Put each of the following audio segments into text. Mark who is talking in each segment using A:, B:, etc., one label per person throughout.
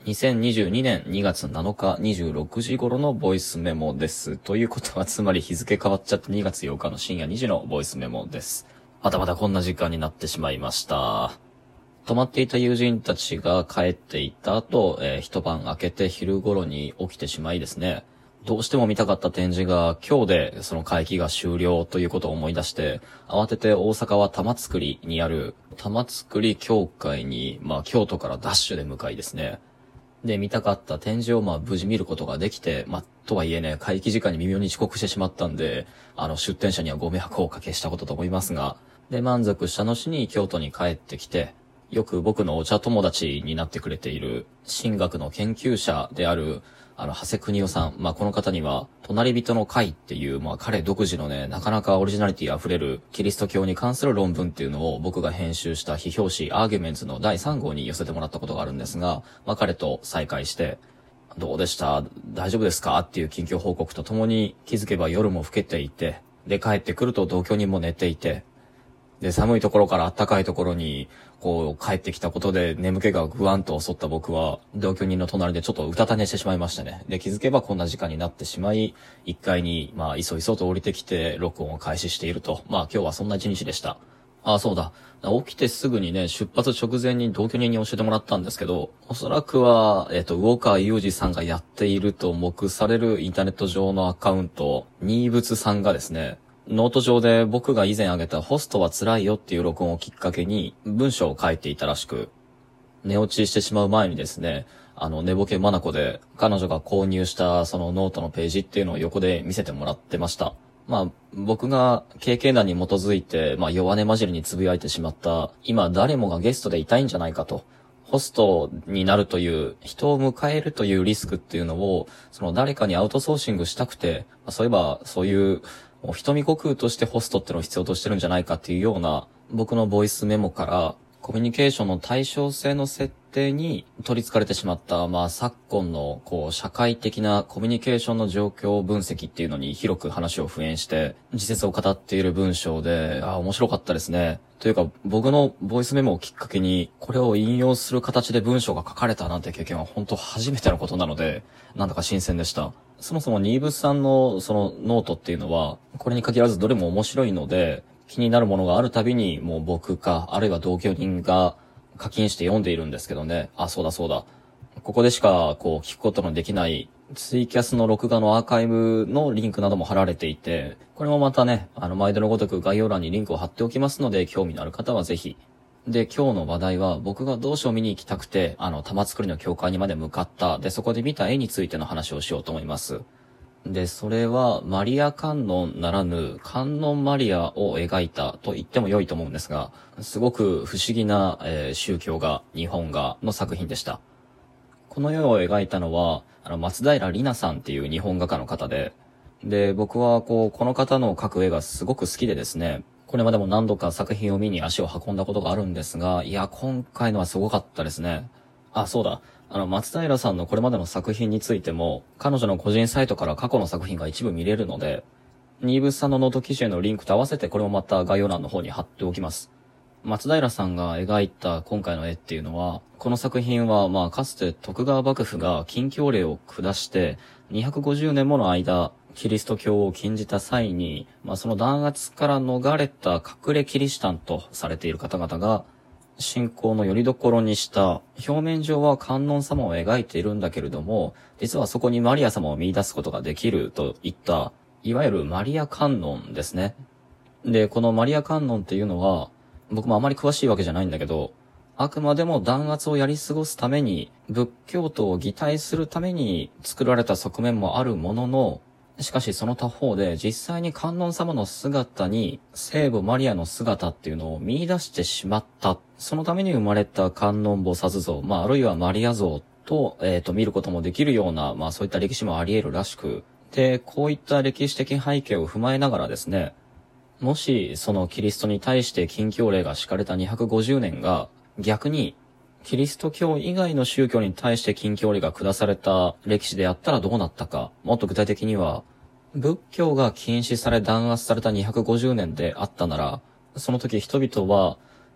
A: 2022年2月7日26時頃のボイスメモです。ということはつまり日付変わっちゃって2月8日の深夜2時のボイスメモです。またまたこんな時間になってしまいました。泊まっていた友人たちが帰っていった後、一晩明けて昼頃に起きてしまいですね。どうしても見たかった展示が今日でその会期が終了ということを思い出して、慌てて大阪は玉造にある玉造協会に、京都からダッシュで向かいですね。で、見たかった展示を無事見ることができて、とはいえね、会期時間に微妙に遅刻してしまったんで、出展者にはご迷惑をおかけしたことと思いますが、で、満足した後に京都に帰ってきて、よく僕のお茶友達になってくれている、神学の研究者である、長谷邦夫さん。この方には、隣人の会っていう、彼独自のね、なかなかオリジナリティ溢れる、キリスト教に関する論文っていうのを僕が編集した批評誌アーギュメンツの第3号に寄せてもらったことがあるんですが、彼と再会して、どうでした大丈夫ですかっていう近況報告とともに、気づけば夜も更けていて、で、帰ってくると同居人も寝ていて、で、寒いところから暖かいところに、帰ってきたことで眠気がぐわんと襲った僕は、同居人の隣でちょっとうたた寝してしまいましたね。で、気づけばこんな時間になってしまい、1階に、いそいそと降りてきて、録音を開始していると。今日はそんな一日でした。そうだ。起きてすぐにね、出発直前に同居人に教えてもらったんですけど、おそらくは、魚川雄二さんがやっていると目されるインターネット上のアカウント、ニーブツさんがですね、ノート上で僕が以前挙げたホストは辛いよっていう録音をきっかけに文章を書いていたらしく、寝落ちしてしまう前にですね、寝ぼけまなこで彼女が購入したそのノートのページっていうのを横で見せてもらってました。僕が経験談に基づいて、弱音交じりにつぶやいてしまった、今誰もがゲストでいたいんじゃないかと。ホストになるという、人を迎えるというリスクっていうのを、その誰かにアウトソーシングしたくて、そういえばそういう瞳悟空としてホストってのを必要としてるんじゃないかっていうような僕のボイスメモからコミュニケーションの対称性の設定に取り憑かれてしまった、昨今の社会的なコミュニケーションの状況分析っていうのに広く話を敷衍して自説を語っている文章で、面白かったですね。というか僕のボイスメモをきっかけにこれを引用する形で文章が書かれたなんて経験は本当初めてのことなので、なんだか新鮮でした。そもそもニーブスさんのそのノートっていうのは、これに限らずどれも面白いので、気になるものがあるたびにもう僕か、あるいは同居人が課金して読んでいるんですけどね。そうだそうだ。ここでしか聞くことのできないツイキャスの録画のアーカイブのリンクなども貼られていて、これもまたね、毎度のごとく概要欄にリンクを貼っておきますので、興味のある方はぜひ。で、今日の話題は僕がどうしよう見に行きたくて、玉造の教会にまで向かった。で、そこで見た絵についての話をしようと思います。で、それはマリア観音ならぬ観音マリアを描いたと言っても良いと思うんですが、すごく不思議な、宗教画、日本画の作品でした。この絵を描いたのは、松平里奈さんっていう日本画家の方で、僕はこの方の描く絵がすごく好きでですね、これまでも何度か作品を見に足を運んだことがあるんですが、今回のはすごかったですね。そうだ。松平さんのこれまでの作品についても、彼女の個人サイトから過去の作品が一部見れるので、ニーブスさんのノート記事へのリンクと合わせてこれもまた概要欄の方に貼っておきます。松平さんが描いた今回の絵っていうのは、この作品はかつて徳川幕府が禁教令を下して250年もの間、キリスト教を禁じた際に、その弾圧から逃れた隠れキリシタンとされている方々が、信仰の拠り所にした、表面上は観音様を描いているんだけれども、実はそこにマリア様を見出すことができるといった、いわゆるマリア観音ですね。で、このマリア観音っていうのは、僕もあまり詳しいわけじゃないんだけど、あくまでも弾圧をやり過ごすために、仏教徒を擬態するために作られた側面もあるものの、しかしその他方で実際に観音様の姿に聖母マリアの姿っていうのを見出してしまった。そのために生まれた観音菩薩像、あるいはマリア像と、見ることもできるような、そういった歴史もあり得るらしく。で、こういった歴史的背景を踏まえながらですね、もしそのキリストに対して禁教令が敷かれた250年が逆にキリスト教以外の宗教に対して禁教令が下された歴史であったらどうなったか。もっと具体的には、仏教が禁止され弾圧された250年であったなら、その時人々は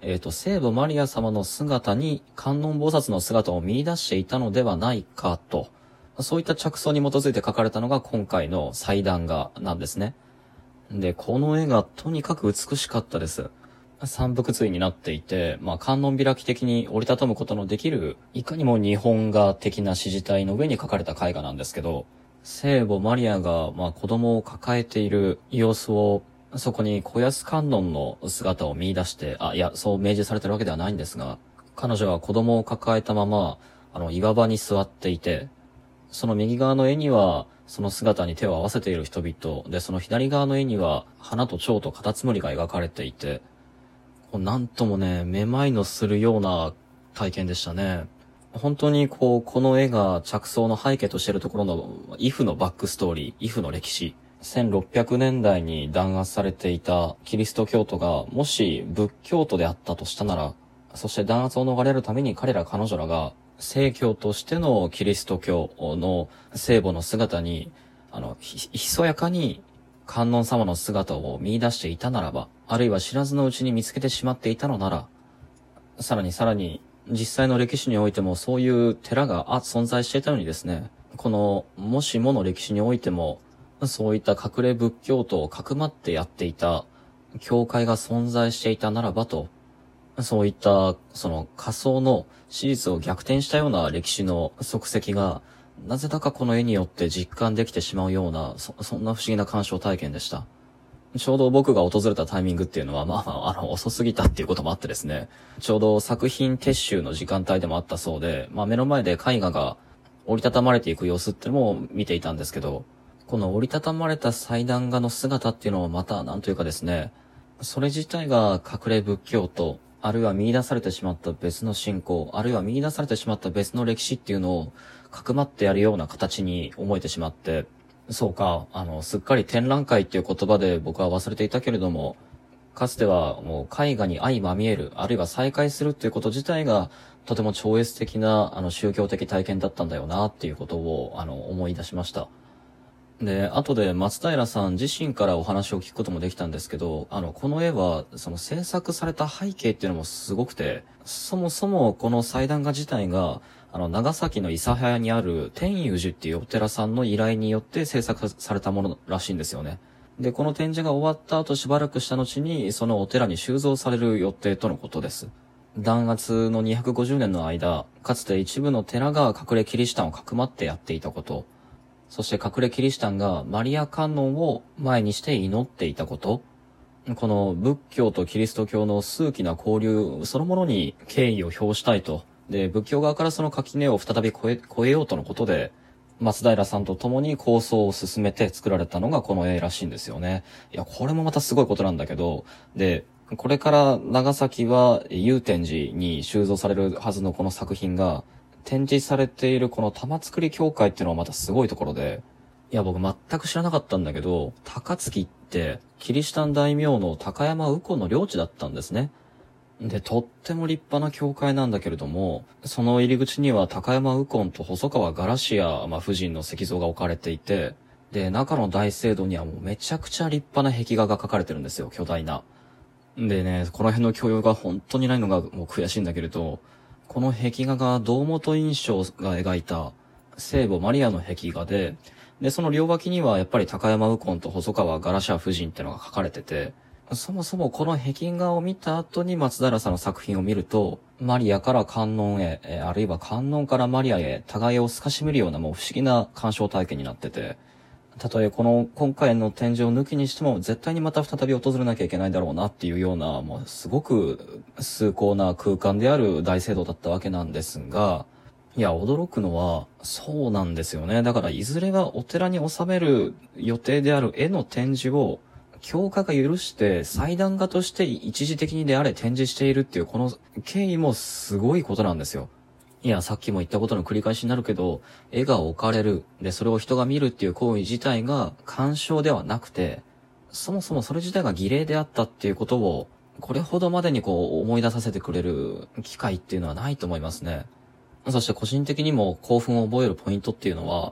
A: 聖母マリア様の姿に観音菩薩の姿を見出していたのではないかと、そういった着想に基づいて書かれたのが今回の祭壇画なんですね。で、この絵がとにかく美しかったです。三幅対になっていて、観音開き的に折りたたむことのできる、いかにも日本画的な詩字体の上に描かれた絵画なんですけど、聖母マリアが、子供を抱えている様子を、そこに小安観音の姿を見出して、そう明示されてるわけではないんですが、彼女は子供を抱えたまま、岩場に座っていて、その右側の絵には、その姿に手を合わせている人々、で、その左側の絵には、花と蝶とカタツムリが描かれていて、なんともね、めまいのするような体験でしたね。本当にこの絵が着想の背景としているところの、イフのバックストーリー、イフの歴史。1600年代に弾圧されていたキリスト教徒が、もし仏教徒であったとしたなら、そして弾圧を逃れるために彼女らが、正教としてのキリスト教の聖母の姿に、ひそやかに観音様の姿を見出していたならば、あるいは知らずのうちに見つけてしまっていたのなら、さらに、実際の歴史においてもそういう寺が存在していたのにですね、この、もしもの歴史においても、そういった隠れ仏教徒をかくまってやっていた教会が存在していたならばと、そういった、その仮想の史実を逆転したような歴史の足跡が、なぜだかこの絵によって実感できてしまうような、そんな不思議な鑑賞体験でした。ちょうど僕が訪れたタイミングっていうのは、遅すぎたっていうこともあってですね、ちょうど作品撤収の時間帯でもあったそうで、目の前で絵画が折りたたまれていく様子っていうのも見ていたんですけど、この折りたたまれた祭壇画の姿っていうのをまた、なんというかですね、それ自体が隠れ仏教と、あるいは見出されてしまった別の信仰、あるいは見出されてしまった別の歴史っていうのを、かくまってやるような形に思えてしまって、そうか、すっかり展覧会っていう言葉で僕は忘れていたけれども、かつてはもう絵画に相まみえる、あるいは再会するっていうこと自体が、とても超越的な、宗教的体験だったんだよなっていうことを、思い出しました。で、後で松平さん自身からお話を聞くこともできたんですけど、この絵は、その制作された背景っていうのもすごくて、そもそもこの祭壇画自体が、長崎の諫早にある天雄寺っていうお寺さんの依頼によって制作されたものらしいんですよね。で、この展示が終わった後しばらくした後に、そのお寺に収蔵される予定とのことです。弾圧の250年の間、かつて一部の寺が隠れキリシタンをかくまってやっていたこと、そして隠れキリシタンがマリア観音を前にして祈っていたこと、この仏教とキリスト教の数奇な交流そのものに敬意を表したいと。で、仏教側からその垣根を再び越えようとのことで、松平さんと共に構想を進めて作られたのがこの絵らしいんですよね。いや、これもまたすごいことなんだけど、で、これから長崎は祐天寺に収蔵されるはずのこの作品が、展示されているこの玉造協会っていうのはまたすごいところで、いや僕全く知らなかったんだけど、高槻ってキリシタン大名の高山右近の領地だったんですね。で、とっても立派な教会なんだけれども、その入り口には高山右近と細川ガラシア、夫人の石像が置かれていて、で、中の大聖堂にはもうめちゃくちゃ立派な壁画が描かれてるんですよ、巨大な。でね、この辺の教養が本当にないのがもう悔しいんだけれど、この壁画が堂本印象が描いた聖母マリアの壁画で、その両脇にはやっぱり高山右近と細川ガラシア夫人ってのが書かれてて、そもそもこの壁画を見た後に松平さんの作品を見ると、マリアから観音へ、あるいは観音からマリアへ、互いを透かし見るようなもう不思議な鑑賞体験になってて、たとえ今回の展示を抜きにしても、絶対にまた再び訪れなきゃいけないだろうなっていうような、もうすごく崇高な空間である大聖堂だったわけなんですが、いや、驚くのは、そうなんですよね。だから、いずれはお寺に収める予定である絵の展示を、教科が許して祭壇画として一時的にであれ展示しているっていう、この経緯もすごいことなんですよ。いや、さっきも言ったことの繰り返しになるけど、絵が置かれる。で、それを人が見るっていう行為自体が鑑賞ではなくて、そもそもそれ自体が儀礼であったっていうことを、これほどまでに思い出させてくれる機会っていうのはないと思いますね。そして個人的にも興奮を覚えるポイントっていうのは、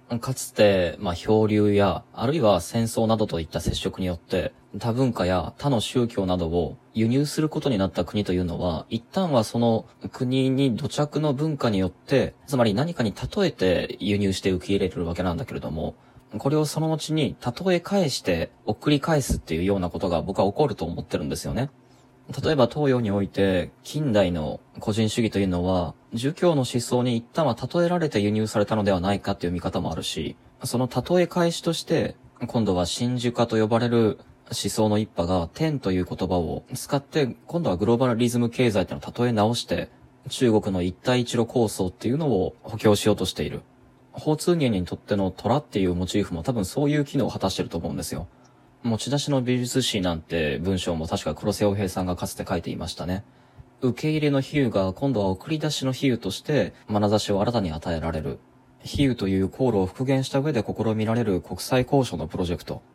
A: かつて、漂流や、あるいは戦争などといった接触によって、多文化や他の宗教などを輸入することになった国というのは、一旦はその国に土着の文化によって、つまり何かに例えて輸入して受け入れるわけなんだけれども、これをその後に例え返して送り返すっていうようなことが僕は起こると思ってるんですよね。例えば東洋において、近代の個人主義というのは、儒教の思想に一旦は例えられて輸入されたのではないかっていう見方もあるし、その例え返しとして、今度は真珠化と呼ばれる思想の一派が天という言葉を使って、今度はグローバリズム経済っていうのを例え直して、中国の一帯一路構想っていうのを補強しようとしている。交通人にとっての虎っていうモチーフも多分そういう機能を果たしてると思うんですよ。持ち出しの美術史なんて文章も確か黒瀬洋平さんがかつて書いていましたね。受け入れの比喩が今度は送り出しの比喩として眼差しを新たに与えられる。比喩という航路を復元した上で試みられる国際交渉のプロジェクト。